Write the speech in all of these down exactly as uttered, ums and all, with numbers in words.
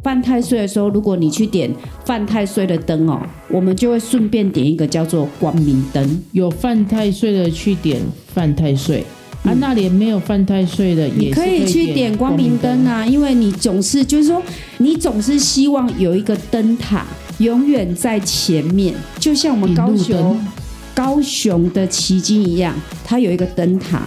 犯太岁的时候，如果你去点犯太岁的灯哦，我们就会顺便点一个叫做光明灯。 有犯太岁的去点犯太岁、嗯、啊，那连没有犯太岁的也是可以点光明灯。 你可以去点光明灯啊，因为你总是就是说，你总是希望有一个灯塔永远在前面，就像我们高雄高雄的旗津一样，它有一个灯塔。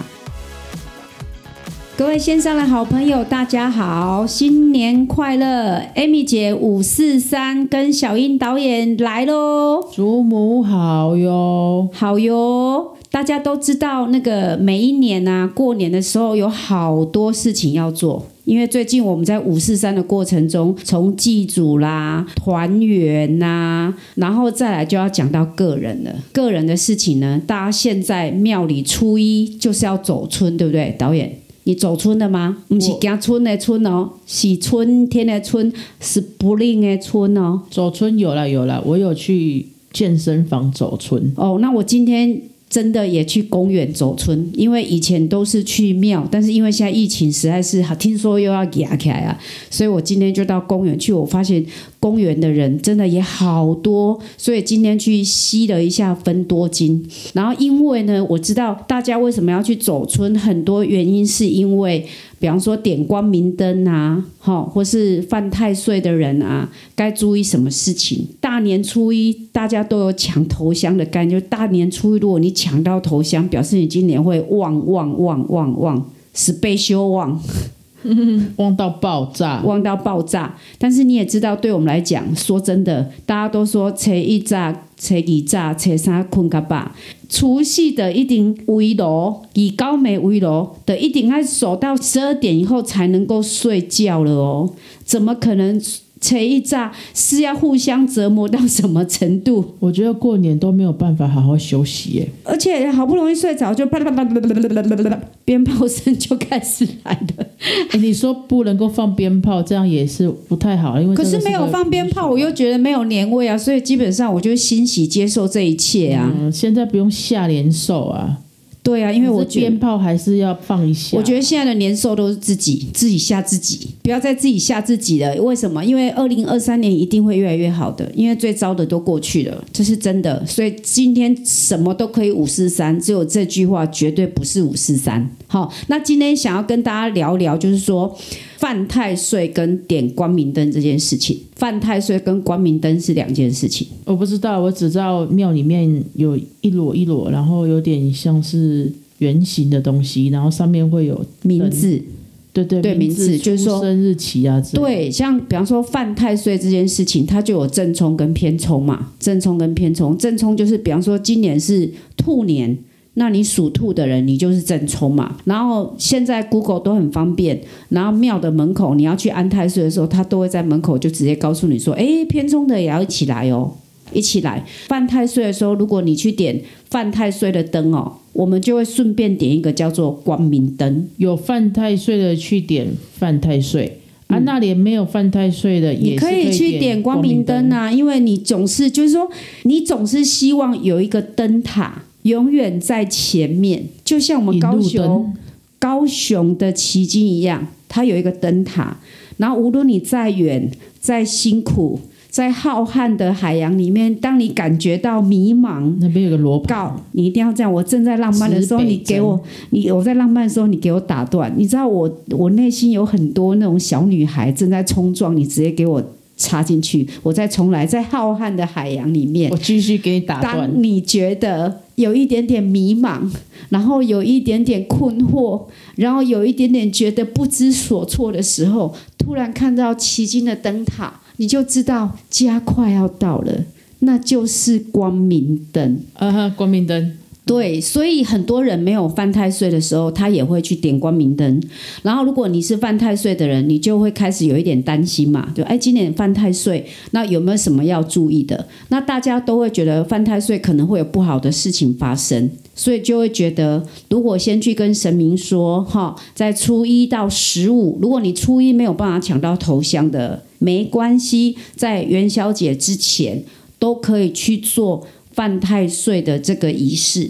各位线上的好朋友大家好，新年快乐。 Amy 姐五四三跟小英导演来咯， 祖母好哟。 好哟。大家都知道那个每一年啊过年的时候有好多事情要做，因为最近我们在五四三的过程中，从祭祖啦、团圆啦，然后再来就要讲到个人了。个人的事情呢，大家现在庙里初一就是要走春，对不对？导演你走春了吗？不是走春的春哦，是春天的春，是spring的春哦。 走春有啦有啦，我有去健身房走春。 哦，那我今天真的也去公园走春，因为以前都是去庙，但是因为现在疫情实在是听说又要压起来啊，所以我今天就到公园去。我发现公园的人真的也好多，所以今天去吸了一下芬多精。然后因为呢，我知道大家为什么要去走春，很多原因是因为比方说点光明灯啊，或是犯太岁的人啊，该注意什么事情。大年初一大家都有抢头香的概念，就大年初一如果你抢到头香，表示你今年会旺旺旺旺旺 special 旺旺到爆炸， 旺到爆炸。但是你也知道，对我们来讲，说真的，大家都说初一早、初二早、初三困较饱，除夕的一定围炉，以高梅围炉的一定要守到十二点以后才能够睡觉了哦。怎么可能？初一早是要互相折磨到什么程度？ 我觉得过年都没有办法好好休息耶， 而且好不容易睡着，就啪啪啪啪啪啪，鞭炮声就开始来了。 欸、你说不能够放鞭炮，这样也是不太好，因为可是没有放鞭炮，我又觉得没有年味啊，所以基本上我就欣喜接受这一切啊。 嗯，现在不用下年兽啊。 对啊，因为我觉得鞭炮还是要放一下。 我觉得现在的年兽都是自己自己吓自己，不要再自己吓自己了。为什么？因为二零二三年一定会越来越好的，因为最糟的都过去了，这是真的。所以今天什么都可以五四三，只有这句话绝对不是五四三。好，那今天想要跟大家聊聊，就是说犯太岁跟点光明灯这件事情。犯太岁跟光明灯是两件事情。 我不知道，我只知道庙里面有一摞一摞，然后有点像是圆形的东西，然后上面会有名字。 对对对，名字就是说生日期啊之类的。 对，像比方说犯太岁这件事情，它就有正冲跟偏冲嘛。正冲跟偏冲，正冲就是比方说今年是兔年，那你属兔的人，你就是正冲嘛。然后现在 Google 都很方便，然后庙的门口你要去安太岁的时候，他都会在门口就直接告诉你说，哎，偏冲的也要一起来哦，一起来。犯太岁的时候，如果你去点犯太岁的灯哦，我们就会顺便点一个叫做光明灯。 有犯太岁的去点犯太岁、嗯、啊，那连没有犯太岁的也是可以点光明灯。 你可以去点光明灯啊，因为你总是就是说，你总是希望有一个灯塔永远在前面，就像我们高雄高雄的旗津一样，它有一个灯塔。然后无论你再远、再辛苦、在浩瀚的海洋里面，当你感觉到迷茫， 那边有个罗盘， 你一定要这样。我正在浪漫的时候，你给我你我在浪漫的时候，你给我打断。你知道我我内心有很多那种小女孩正在冲撞，你直接给我插进去，我再重来，在浩瀚的海洋里面， 我继续给你打断。 当你觉得有一点点迷茫，然后有一点点困惑，然后有一点点觉得不知所措的时候，突然看到旗津的灯塔，你就知道家快要到了，那就是光明灯啊，光明灯。 对，所以很多人没有犯太岁的时候，他也会去点光明灯。然后如果你是犯太岁的人，你就会开始有一点担心嘛，就哎，今年犯太岁，那有没有什么要注意的？那大家都会觉得犯太岁可能会有不好的事情发生，所以就会觉得，如果先去跟神明说，哈，在初一到十五，如果你初一没有办法抢到头香的，没关系，在元宵节之前都可以去做犯太岁的这个仪式。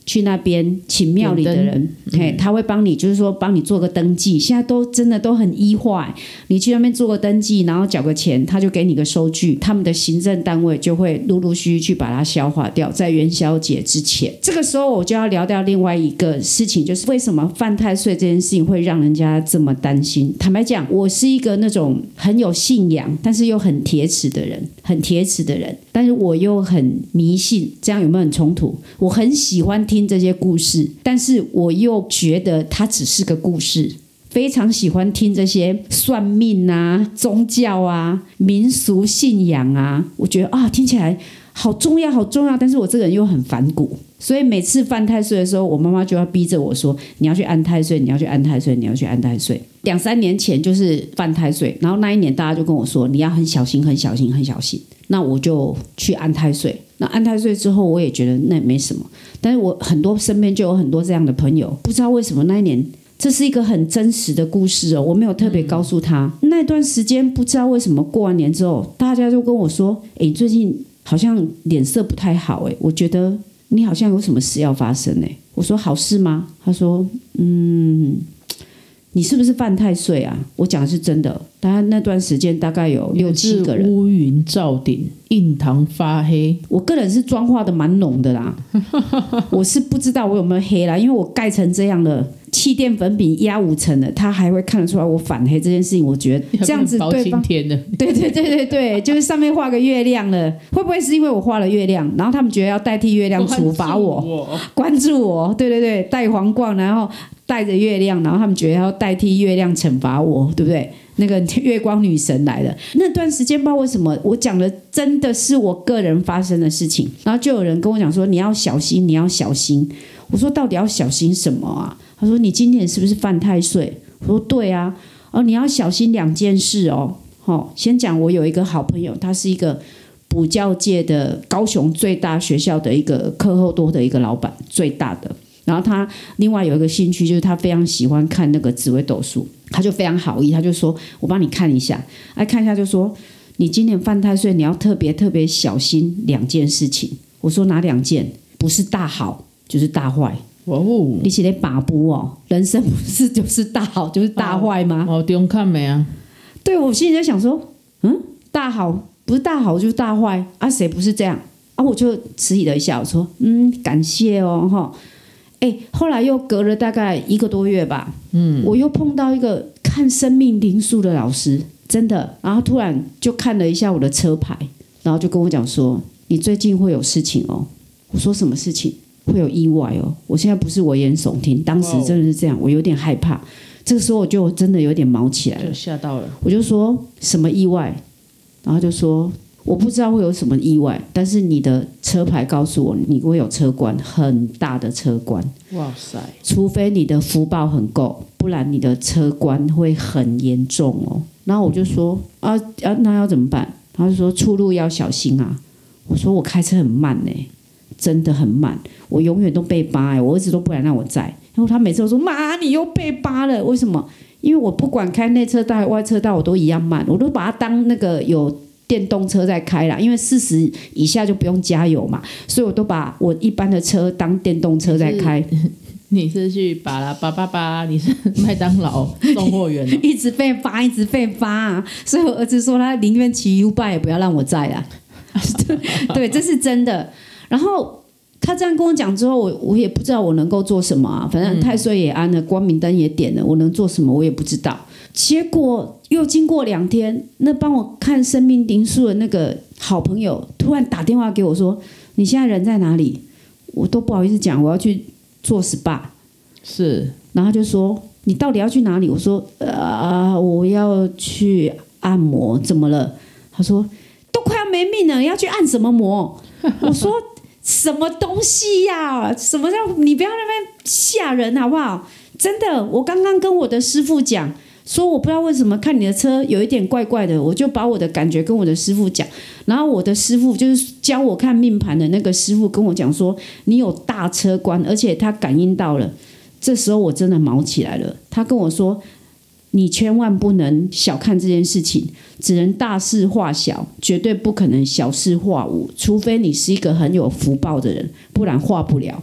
去那边请庙里的人，嘿，他会帮你，就是说帮你做个登记。现在都真的都很医化，你去那边做个登记，然后缴个钱，他就给你个收据，他们的行政单位就会陆陆续续去把它消化掉，在元宵节之前。这个时候我就要聊到另外一个事情，就是为什么犯太岁这件事情会让人家这么担心。坦白讲，我是一个那种很有信仰，但是又很铁齿的人，很铁齿的人，但是我又很迷信，这样有没有很冲突？我很喜欢听听这些故事，但是我又觉得它只是个故事，非常喜欢听这些算命啊、宗教啊、民俗信仰啊，我觉得啊听起来好重要好重要，但是我这个人又很反骨，所以每次犯太岁的时候，我妈妈就要逼着我说你要去安太岁，你要去安太岁，你要去安太岁。两三年前就是犯太岁，然后那一年大家就跟我说你要很小心很小心很小心，那我就去安太岁。那安太岁之后我也觉得那没什么，但是我很多身边就有很多这样的朋友，不知道为什么那一年，这是一个很真实的故事哦，我没有特别告诉他、嗯、那段时间不知道为什么过完年之后大家就跟我说诶，最近好像脸色不太好诶，我觉得你好像有什么事要发生诶。我说好事吗？他说嗯，你是不是犯太岁啊？我讲的是真的，大概那段时间大概有六七个人， 乌云罩顶，印堂发黑。 我个人是妆化的蛮浓的啦，我是不知道我有没有黑啦，因为我盖成这样了，气垫粉饼压五层了，他还会看得出来我反黑这件事情，我觉得这样子对方， 对对对对对对，就是上面画个月亮了，会不会是因为我画了月亮，然后他们觉得要代替月亮处罚我，关注我，对对对，戴皇冠，然后带着月亮，然后他们觉得要代替月亮惩罚我，对不对？那个月光女神来了，那段时间不知道为什么我讲的真的是我个人发生的事情，然后就有人跟我讲说你要小心，你要小心。我说到底要小心什么啊？他说你今年是不是犯太岁？我说对啊。哦，你要小心两件事哦。哦，先讲我有一个好朋友，他是一个补教界的高雄最大学校的一个课后多的一个老板，最大的。然后他另外有一个兴趣，就是他非常喜欢看那个紫微斗数，他就非常好意，他就说我帮你看一下，哎、啊、看一下就说你今年犯太岁，你要特别特别小心两件事情。我说哪两件？不是大好就是大坏。哦，你是在把布哦，人生不是就是大好就是大坏吗？ 哦，中看没啊？ 对，我心里在想说，嗯，大好不是大好就是大坏啊？谁不是这样啊？我就迟疑了一下，我说嗯，感谢哦，哈。哎，后来又隔了大概一个多月吧，嗯，我又碰到一个看生命灵数的老师，真的，然后突然就看了一下我的车牌，然后就跟我讲说，你最近会有事情哦。我说什么事情？会有意外哦。我现在不是危言耸听，当时真的是这样，我有点害怕。这个时候我就真的有点毛起来了， 吓到了。我就说什么意外？然后就说我不知道会有什么意外，但是你的车牌告诉我你会有车关，很大的车关。 哇塞！除非你的福报很够，不然你的车关会很严重哦。然后我就说啊啊，那要怎么办？他就说出路要小心啊。我说我开车很慢呢、欸，真的很慢，我永远都被扒、欸，我儿子都不敢让我载。然后他每次都说妈，你又被扒了，为什么？因为我不管开内车道外车道，我都一样慢，我都把它当那个有电动车在开啦，因为四十以下就不用加油嘛，所以我都把我一般的车当电动车在开。 你是去巴拉巴巴巴，你是麦当劳送货员、哦， 一直被扒，一直被扒、啊，所以我儿子说他宁愿骑 U-Bike 也不要让我载啦。对，这是真的。然后他这样跟我讲之后，我我也不知道我能够做什么啊。反正太岁也安了，光明灯也点了，我能做什么我也不知道。结果又经过两天，那帮我看生命灵数的那个好朋友突然打电话给我说：“你现在人在哪里？”我都不好意思讲，我要去做 S P A。是，然后他就说：“你到底要去哪里？”我说：“呃，我要去按摩。”怎么了？他说：“都快要没命了，要去按什么摩？”我说：“什么东西呀、啊？什么叫你不要那边吓人好不好？真的，我刚刚跟我的师傅讲。”说我不知道为什么看你的车有一点怪怪的，我就把我的感觉跟我的师傅讲，然后我的师傅就是教我看命盘的那个师傅跟我讲说你有大车关，而且他感应到了。这时候我真的毛起来了，他跟我说你千万不能小看这件事情，只能大事化小，绝对不可能小事化无，除非你是一个很有福报的人，不然化不了。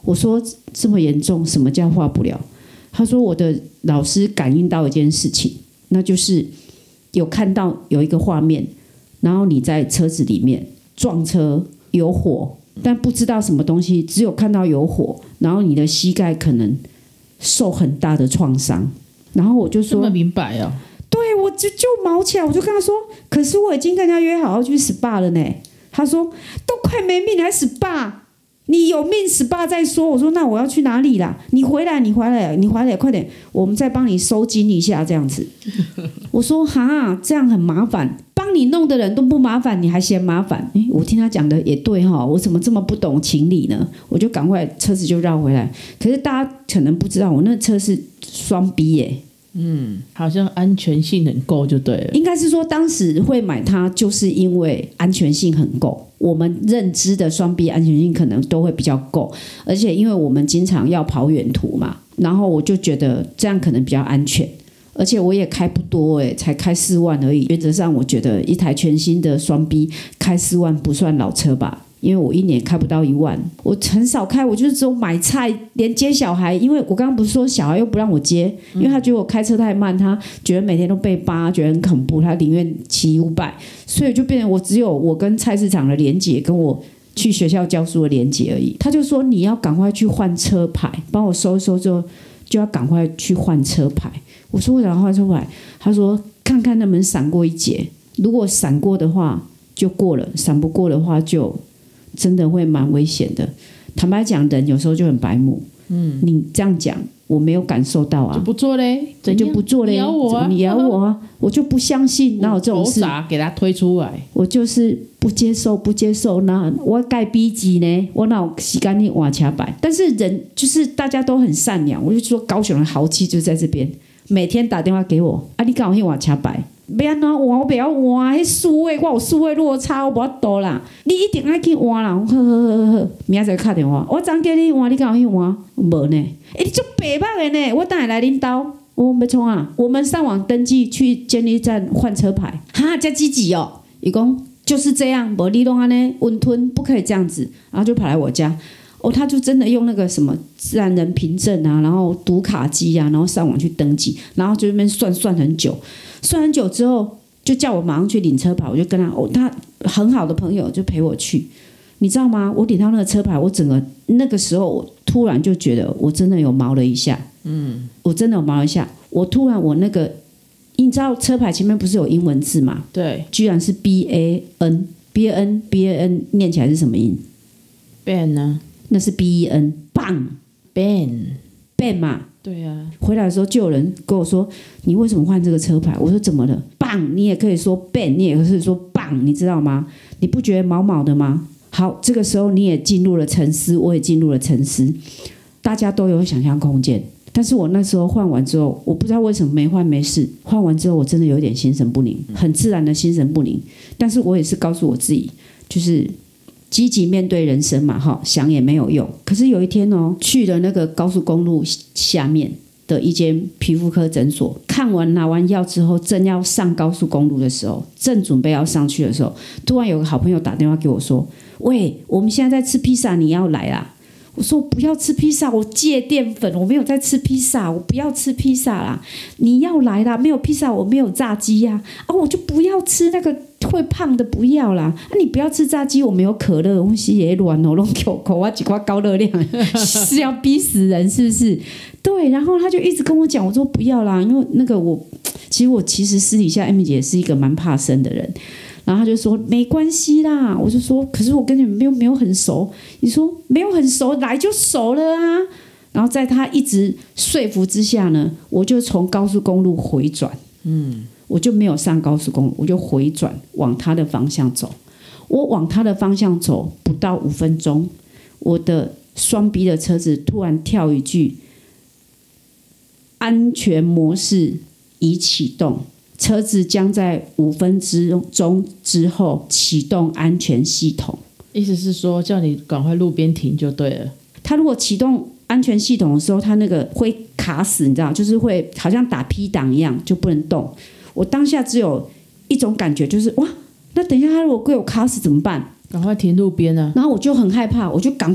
我说这么严重，什么叫化不了？他说我的老师感应到一件事情，那就是有看到有一个画面，然后你在车子里面撞车有火，但不知道什么东西，只有看到有火，然后你的膝盖可能受很大的创伤。然后我就说这么明白哦。 对，我就就毛起来，我就跟他说，可是我已经跟人家约好要去 S P A 了呢。他说都快没命还 S P A， 你有命 S P A 再说。我说那我要去哪里啦？你回来，你回来，你回来，快点，我们再帮你收金一下这样子。我说哈，这样很麻烦，帮你弄的人都不麻烦，你还嫌麻烦？诶，我听他讲的也对哈，我怎么这么不懂情理呢？我就赶快车子就绕回来。可是大家可能不知道，我那车是双 B 耶。 嗯，好像安全性很够就对了。 应该是说当时会买它，就是因为安全性很够。我们认知的双 B 安全性可能都会比较够，而且因为我们经常要跑远途嘛，然后我就觉得这样可能比较安全。而且我也开不多诶，才开四万而已。原则上，我觉得一台全新的双 B 开四万不算老车吧。因为我一年开不到一万，我很少开，我就是只有买菜，连接小孩，因为我刚刚不是说小孩又不让我接，因为他觉得我开车太慢，他觉得每天都被扒，觉得很恐怖，他宁愿骑五百，所以就变成我只有我跟菜市场的连结，跟我去学校教书的连结而已。他就说你要赶快去换车牌，帮我收一收之后就要赶快去换车牌。我说为什么要换车牌？他说看看能不能闪过一劫，如果闪过的话就过了，闪不过的话就真的会蛮危险的。坦白讲，人有时候就很白目。嗯，你这样讲，我没有感受到啊， 就不做嘞， 怎就不做嘞？ 你咬我啊， 你咬我啊，我就不相信，哪有这种事？ 给他推出来， 我就是不接受，不接受。那我该逼急呢？我哪有时间去换车牌？但是人就是大家都很善良，我就说高雄的豪气就在这边，每天打电话给我，啊，你赶快去换车牌。要安怎换？我不要换，迄数位我有数位落差，我无法度啦。你一定要去换啦！好好好好，明仔载打电话。我昨叫你换，你敢有去换？无呢。欸，你足白目的呢！我等下来恁兜。我要创啊！我们上网登记去监理站换车牌。哈，这积极哦！伊讲就是这样，无你拢安尼温吞，不可以这样子。然后就跑来我家。哦，他就真的用那个什么自然人凭证啊，然后读卡机啊，然后上网去登记，然后就那边算算很久。算很久之后，就叫我马上去领车牌，我就跟他，哦，他很好的朋友就陪我去，你知道吗？我领到那个车牌，我整个那个时候，我突然就觉得我真的有毛了一下，嗯，我真的有毛了一下，我突然我那个，你知道车牌前面不是有英文字吗？ 对， 居然是 B A N B A N B A N 念起来是什么音 ？ban 呢？ 那是 B E N 棒 ban ban 嘛。 对啊， 回来的时候就有人跟我说：“你为什么换这个车牌？”我说：“怎么了？棒，你也可以说 ban， 你也可以说棒，你知道吗？你不觉得毛毛的吗？”好，这个时候你也进入了沉思，我也进入了沉思，大家都有想象空间。但是我那时候换完之后，我不知道为什么没换没事，换完之后我真的有点心神不宁，很自然的心神不宁。但是我也是告诉我自己，就是积极面对人生嘛，哈，想也没有用。可是有一天哦，去了那个高速公路下面的一间皮肤科诊所，看完拿完药之后，正要上高速公路的时候，正准备要上去的时候，突然有个好朋友打电话给我说：“喂，我们现在在吃披萨，你要来啦？”我说我不要吃披萨，我戒淀粉，我没有在吃披萨，我不要吃披萨啦。你要来啦，没有披萨，我没有炸鸡呀、啊，啊，我就不要吃那个会胖的，不要啦。啊，你不要吃炸鸡，我没有可乐，我是也软哦，弄口口啊几块高热量，是要逼死人是不是？对，然后他就一直跟我讲，我说不要啦，因为那个我其实我其实私底下 Amy 姐是一个蛮怕生的人。然后他就说没关系啦，我就说可是我跟你们没有没有很熟，你说没有很熟来就熟了啊。然后在他一直说服之下呢，我就从高速公路回转，嗯，我就没有上高速公路，我就回转往他的方向走。我往他的方向走不到五分钟，我的双 B 的车子突然跳一句安全模式已启动。车子将在五分钟之后启动安全系统， 意思是说叫你赶快路边停就对了。 他如果启动安全系统的时候，他那个会卡死，你知道，就是会好像打 P 档一样，就不能动。我当下只有一种感觉，就是哇，那等一下他如果给我卡死怎么办？ 赶快停路边啊！ 然后我就很害怕，我就赶快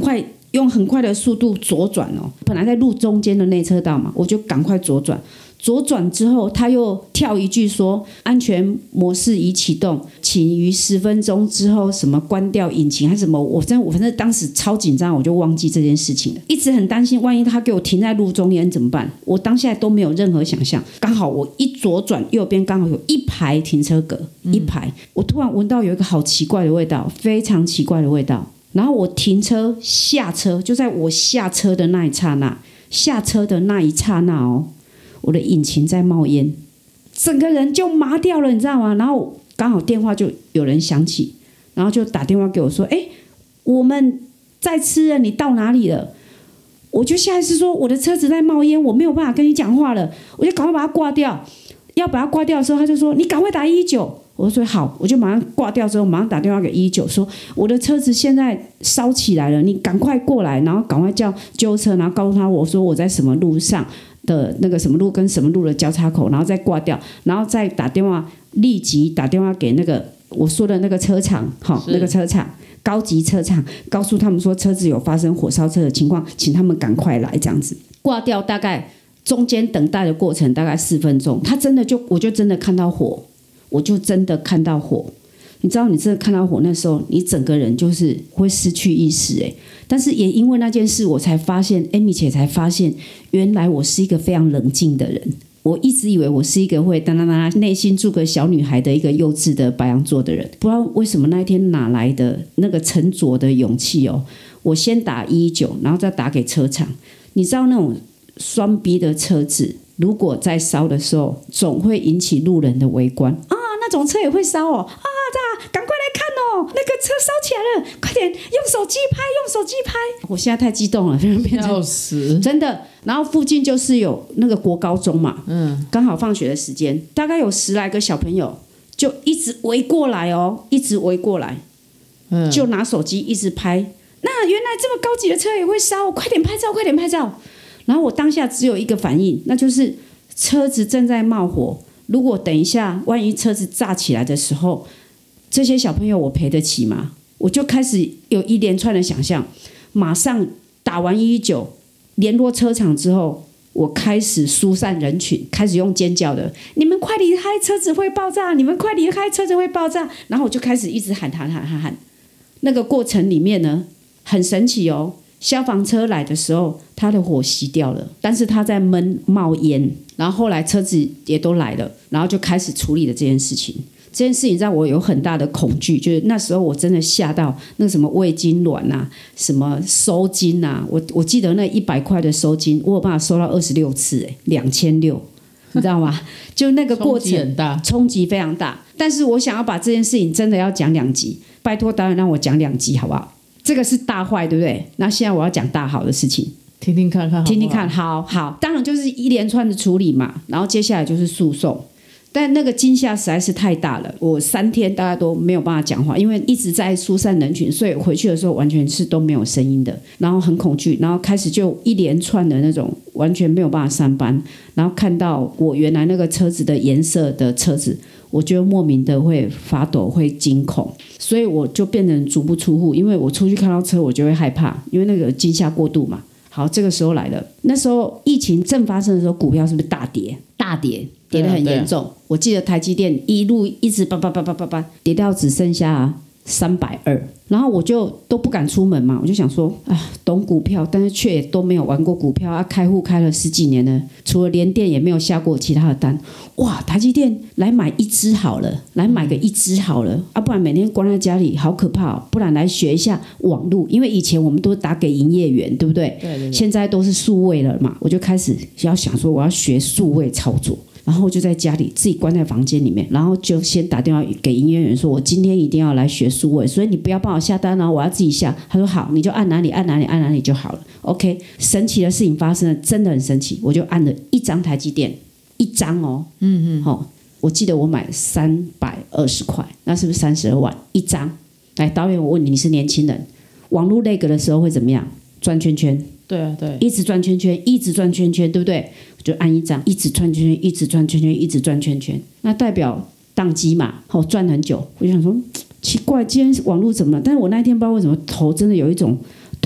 用很快的速度左转哦，本来在路中间的内车道嘛，我就赶快左转。左转之后，他又跳一句说：“安全模式已启动，请于十分钟之后什么关掉引擎还是什么。”我真我反正当时超紧张，我就忘记这件事情了，一直很担心，万一他给我停在路中间怎么办？我当下都没有任何想象。刚好我一左转，右边刚好有一排停车格，嗯、一排，我突然闻到有一个好奇怪的味道，非常奇怪的味道。然后我停车下车，就在我下车的那一刹那，下车的那一刹那哦。我的引擎在冒烟，整个人就麻掉了，你知道吗？然后刚好电话就有人响起，然后就打电话给我说：“哎，我们在吃了，你到哪里了？”我就下意识说：“我的车子在冒烟，我没有办法跟你讲话了。”我就赶快把它挂掉。要把它挂掉的时候，他就说：“你赶快打一一九。”我说：“好。”我就马上挂掉之后，马上打电话给一一九，说：“我的车子现在烧起来了，你赶快过来，然后赶快叫救护车，然后告诉他我说我在什么路上。”的那个什么路跟什么路的交叉口，然后再挂掉，然后再打电话，立即打电话给那个我说的那个车厂，好，那个车厂高级车厂，告诉他们说车子有发生火烧车的情况，请他们赶快来，这样子挂掉。大概中间等待的过程大概四分钟，他真的就我就真的看到火，我就真的看到火。你知道，你真的看到火，那时候你整个人就是会失去意识哎。但是也因为那件事，我才发现 ，Amy 姐才发现，原来我是一个非常冷静的人。我一直以为我是一个会当当当内心住个小女孩的一个幼稚的白羊座的人，不知道为什么那一天哪来的那个沉着的勇气哦。我先打一一九，然后再打给车厂。你知道那种双 B 的车子，如果在烧的时候，总会引起路人的围观啊，那种车也会烧哦啊！赶快来看哦，那个车烧起来了，快点用手机拍，用手机拍。我现在太激动了， 笑死， 真的。然后附近就是有那个国高中嘛，嗯，刚好放学的时间，大概有十来个小朋友就一直围过来哦，一直围过来，嗯，就拿手机一直拍。那原来这么高级的车也会烧，快点拍照，快点拍照。然后我当下只有一个反应，那就是车子正在冒火，如果等一下万一车子炸起来的时候，这些小朋友我赔得起吗？我就开始有一连串的想象，马上打完一一九，联络车厂之后，我开始疏散人群，开始用尖叫的：“你们快离开，车子会爆炸！你们快离开，车子会爆炸！”然后我就开始一直喊喊喊喊喊。那个过程里面呢，很神奇哦。消防车来的时候，它的火熄掉了，但是它在闷冒烟。然后后来车子也都来了，然后就开始处理了这件事情。这件事情让我有很大的恐惧，就是那时候我真的吓到，那个什么胃痉挛啊，什么收金啊，我我记得那一百块的收金，我有办法收到二十六次，哎，两千六，你知道吗？就那个过程冲击很大， 冲击非常大。但是我想要把这件事情真的要讲两集，拜托导演让我讲两集好不好？这个是大坏，对不对？那现在我要讲大好的事情。 听听看看好不好， 听听看，好好，当然就是一连串的处理嘛，然后接下来就是诉讼。但那个惊吓实在是太大了，我三天大家都没有办法讲话，因为一直在疏散人群，所以回去的时候完全是都没有声音的，然后很恐惧，然后开始就一连串的那种完全没有办法上班，然后看到我原来那个车子的颜色的车子，我就莫名的会发抖，会惊恐，所以我就变成足不出户，因为我出去看到车我就会害怕，因为那个惊吓过度嘛。好，这个时候来了，那时候疫情正发生的时候，股票是不是大跌？大跌，跌得很严重。啊啊、我记得台积电一路一直叭叭叭叭叭叭跌到只剩下三百二，然后我就都不敢出门嘛，我就想说啊，懂股票，但是却也都没有玩过股票啊，开户开了十几年了，除了联电也没有下过其他的单。哇，台积电来买一支好了，来买个一支好了啊，不然每天关在家里好可怕哦。不然来学一下网路，因为以前我们都打给营业员，对不对？ 对对对。 现在都是数位了嘛，我就开始要想说我要学数位操作。然后就在家里自己关在房间里面，然后就先打电话给营业员说，我今天一定要来学数位，所以你不要帮我下单哦，我要自己下。他说好，你就按哪里按哪里按哪里就好了。OK， 神奇的事情发生了，真的很神奇。我就按了一张台积电，一张哦，嗯嗯，好、哦，我记得我买三百二十块，那是不是三十二万一张？来，导演，我问你，你是年轻人，网络那个的时候会怎么样？转圈圈。 对啊，对， 一直转圈圈，一直转圈圈，对不对？就按一张，一直转圈圈，一直转圈圈，一直转圈圈，那代表宕机嘛，好转很久。我就想说，奇怪，今天网络怎么了？但是我那一天不知道为什么头真的有一种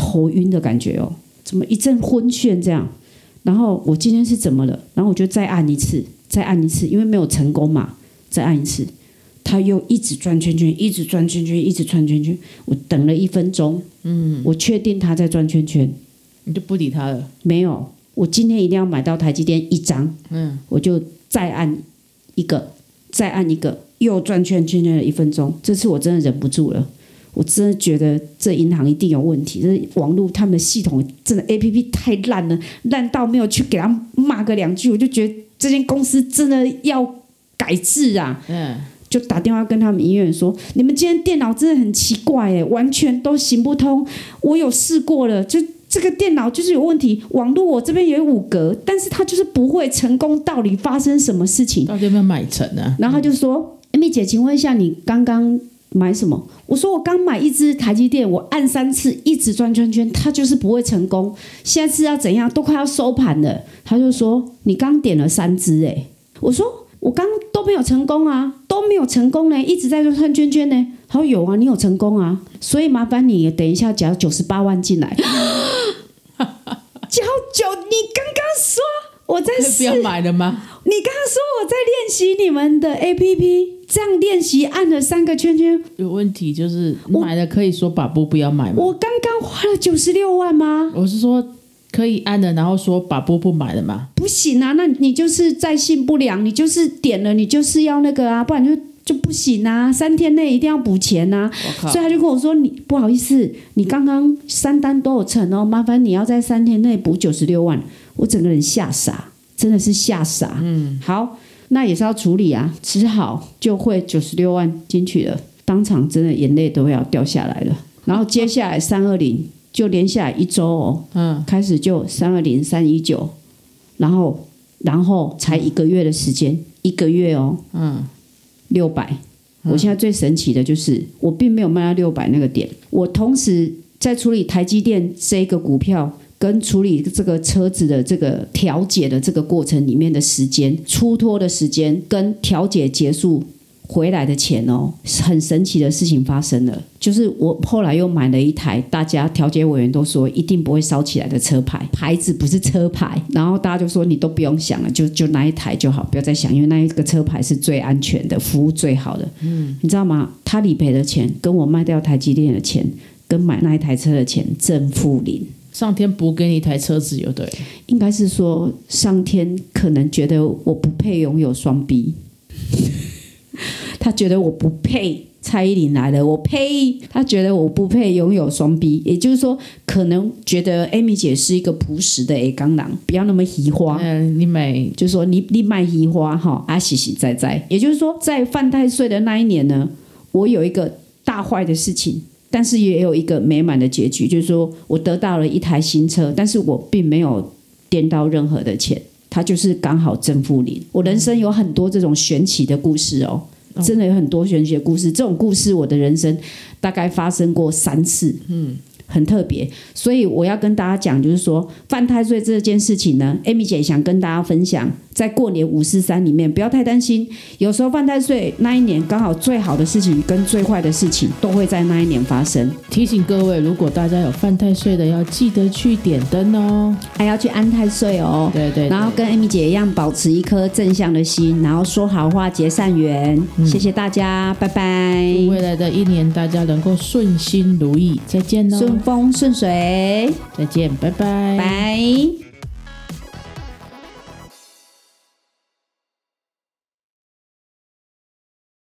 头晕的感觉哦，怎么一阵昏眩这样？然后我今天是怎么了？然后我就再按一次，再按一次，因为没有成功嘛，再按一次，他又一直转圈圈，一直转圈圈，一直转圈圈。我等了一分钟，嗯，我确定他在转圈圈， 你就不理他了？ 没有，我今天一定要买到台积电一张，嗯，我就再按一个，再按一个，又转圈圈圈了一分钟。这次我真的忍不住了。我真的觉得这银行一定有问题，这网络他们的系统真的 A P P 太烂了，烂到没有去给他骂个两句，我就觉得这间公司真的要改制啊！嗯，就打电话跟他们医院说，你们今天电脑真的很奇怪哎，完全都行不通。我有试过了，就这个电脑就是有问题，网络我这边有五格，但是它就是不会成功，到底发生什么事情？ 到底有没有买成啊？ 然后他就说，艾米姐，请问一下，你刚刚买什么？我说我刚买一只台积电，我按三次一直转圈圈，它就是不会成功。现在是要怎样？都快要收盘了。他就说你刚点了三只哎，我说我刚都没有成功啊，都没有成功呢，一直在转圈圈呢。他说有啊，你有成功啊，所以麻烦你等一下缴九十八万进来。缴九，你刚刚说我在试， 不要买了吗？ 你刚刚说我在练习你们的 A P P， 这样练习按了三个圈圈， 有问题就是买了可以说把波不要买吗？ 我刚刚花了九十六万吗？ 我是说可以按了，然后说把波不买了吗？ 不行啊，那你就是在信不良，你就是点了，你就是要那个啊，不然就就不行啊，三天内一定要补钱啊。所以他就跟我说，你不好意思，你刚刚三单都有成哦，麻烦你要在三天内补九十六万。我整个人吓傻。真的是吓傻，嗯，好，那也是要处理啊，只好就汇九十六万进去了，当场真的眼泪都要掉下来了。然后接下来三二零就连下来一周哦，嗯，开始就三二零三一九，然后然后才一个月的时间，一个月哦，嗯，六百。我现在最神奇的就是我并没有卖到六百那个点，我同时在处理台积电这个股票。跟处理这个车子的这个调解的这个过程里面的时间、出脱的时间跟调解结束回来的钱哦，很神奇的事情发生了。就是我后来又买了一台大家调解委员都说一定不会烧起来的车牌，牌子不是车牌，然后大家就说你都不用想了，就就那一台就好，不要再想，因为那一个车牌是最安全的，服务最好的。嗯，你知道吗？他理赔的钱跟我卖掉台积电的钱跟买那一台车的钱正负零。 上天补给你一台车子有对， 应该是说上天可能觉得我不配拥有双 B， 他觉得我不配。蔡依林来了，我呸！他觉得我不配拥有双 B， 也就是说，可能觉得 Amy 姐是一个朴实的 A 钢狼，不要那么移花。 嗯，你买就是说你你卖移花哈，啊实实在在。也就是说，在犯太岁的那一年呢，我有一个大坏的事情。但是也有一个美满的结局，就是说我得到了一台新车，但是我并没有垫到任何的钱，它就是刚好正负零。我人生有很多这种玄奇的故事哦，真的有很多玄奇的故事。这种故事我的人生大概发生过三次，嗯，很特别。所以我要跟大家讲，就是说犯太岁这件事情呢 ，Amy 姐想跟大家分享，在过年五四三里面不要太担心，有时候犯太岁那一年刚好最好的事情跟最坏的事情都会在那一年发生。 提醒各位，如果大家有犯太岁的，要记得去点灯哦， 还要去安太岁哦。 对 对, 对， 然后跟 Amy 姐一样，保持一颗正向的心，然后说好话结善缘。嗯、谢谢大家，拜拜。 未来的一年大家能够顺心如意，再见喽， 顺风顺水， 再见，拜拜， 拜。